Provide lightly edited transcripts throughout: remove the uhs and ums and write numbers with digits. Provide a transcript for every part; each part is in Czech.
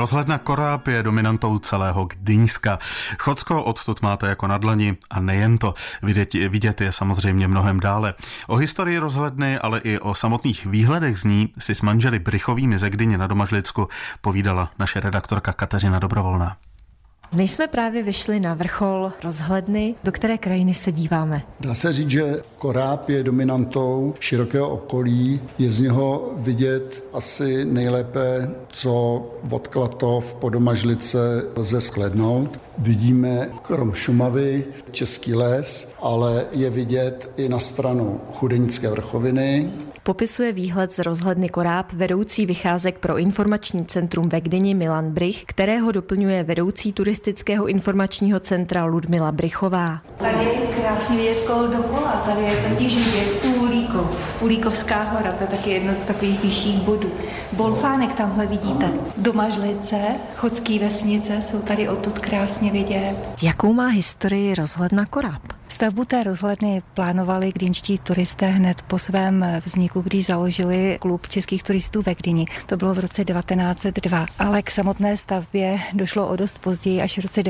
Rozhledna Koráb je dominantou celého Gdyňska. Chocko odtud máte jako na dlani a nejen to. Vidět je samozřejmě mnohem dále. O historii rozhledny, ale i o samotných výhledech z ní si s manželi Brychovými ze Gdyně na Domažlicku povídala naše redaktorka Kateřina Dobrovolná. My jsme právě vyšli na vrchol rozhledny. Do které krajiny se díváme? Dá se říct, že Koráb je dominantou širokého okolí. Je z něho vidět asi nejlépe, co od Klatov po Domažlice lze shlédnout. Vidíme krom Šumavy Český les, ale je vidět i na stranu Chudenické vrchoviny. Popisuje výhled z rozhledny Koráb vedoucí vycházek pro informační centrum ve Gdyni Milan Brych, kterého doplňuje vedoucí turistického informačního centra Ludmila Brychová. Tady je krásně vidět kol dokola, tady je totiž vidět Ulíkovská hora, to je taky jedno z takových vyšších bodů. Bolfánek tamhle vidíte. Domažlice, Chodský vesnice jsou tady odtud krásně vidět. Jakou má historii rozhledna Koráb? Stavbu té rozhledny plánovali gdynští turisté hned po svém vzniku, když založili klub českých turistů ve Gdyni. To bylo v roce 1902, ale k samotné stavbě došlo o dost později, až v roce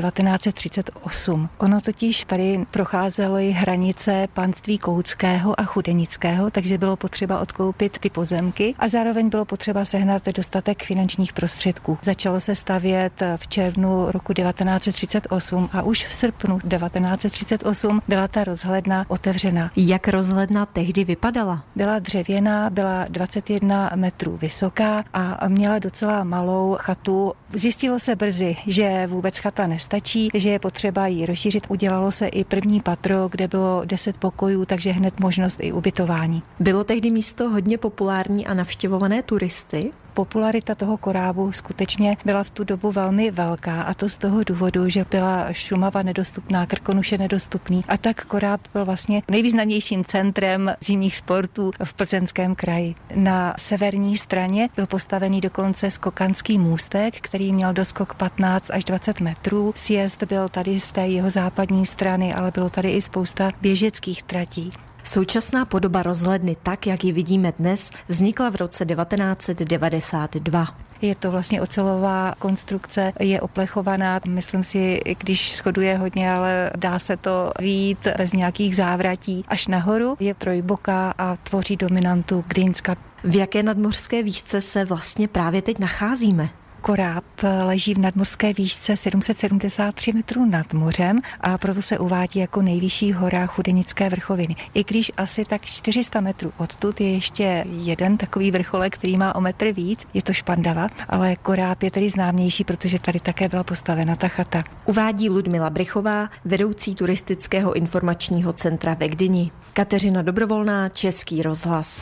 1938. Ono totiž tady procházely hranice panství Koutského a Chudenického, takže bylo potřeba odkoupit ty pozemky a zároveň bylo potřeba sehnat dostatek finančních prostředků. Začalo se stavět v červnu roku 1938 a už v srpnu 1938 byla ta rozhledna otevřena. Jak rozhledna tehdy vypadala? Byla dřevěná, byla 21 metrů vysoká a měla docela malou chatu. Zjistilo se brzy, že vůbec chata nestačí, že je potřeba ji rozšířit. Udělalo se i první patro, kde bylo 10 pokojů, takže hned možnost i ubytování. Bylo tehdy místo hodně populární a navštěvované turisty? Popularita toho Korábu skutečně byla v tu dobu velmi velká a to z toho důvodu, že byla Šumava nedostupná, Krkonoše nedostupný a tak Koráb byl vlastně nejvýznamnějším centrem zimních sportů v Plzeňském kraji. Na severní straně byl postavený dokonce skokanský můstek, který měl doskok 15 až 20 metrů. Sjezd byl tady z té jeho západní strany, ale bylo tady i spousta běžeckých tratí. Současná podoba rozhledny, tak jak ji vidíme dnes, vznikla v roce 1992. Je to vlastně ocelová konstrukce, je oplechovaná, myslím si, když schoduje hodně, ale dá se to vyjít bez nějakých závratí až nahoru. Je trojboká a tvoří dominantu Gdyňska. V jaké nadmořské výšce se vlastně právě teď nacházíme? Koráb leží v nadmořské výšce 773 metrů nad mořem a proto se uvádí jako nejvyšší hora Chudenické vrchoviny. I když asi tak 400 metrů odtud je ještě jeden takový vrcholek, který má o metr víc, je to Špandava, ale Koráb je tedy známější, protože tady také byla postavena ta chata. Uvádí Ludmila Brychová, vedoucí turistického informačního centra ve Gdyni. Kateřina Dobrovolná, Český rozhlas.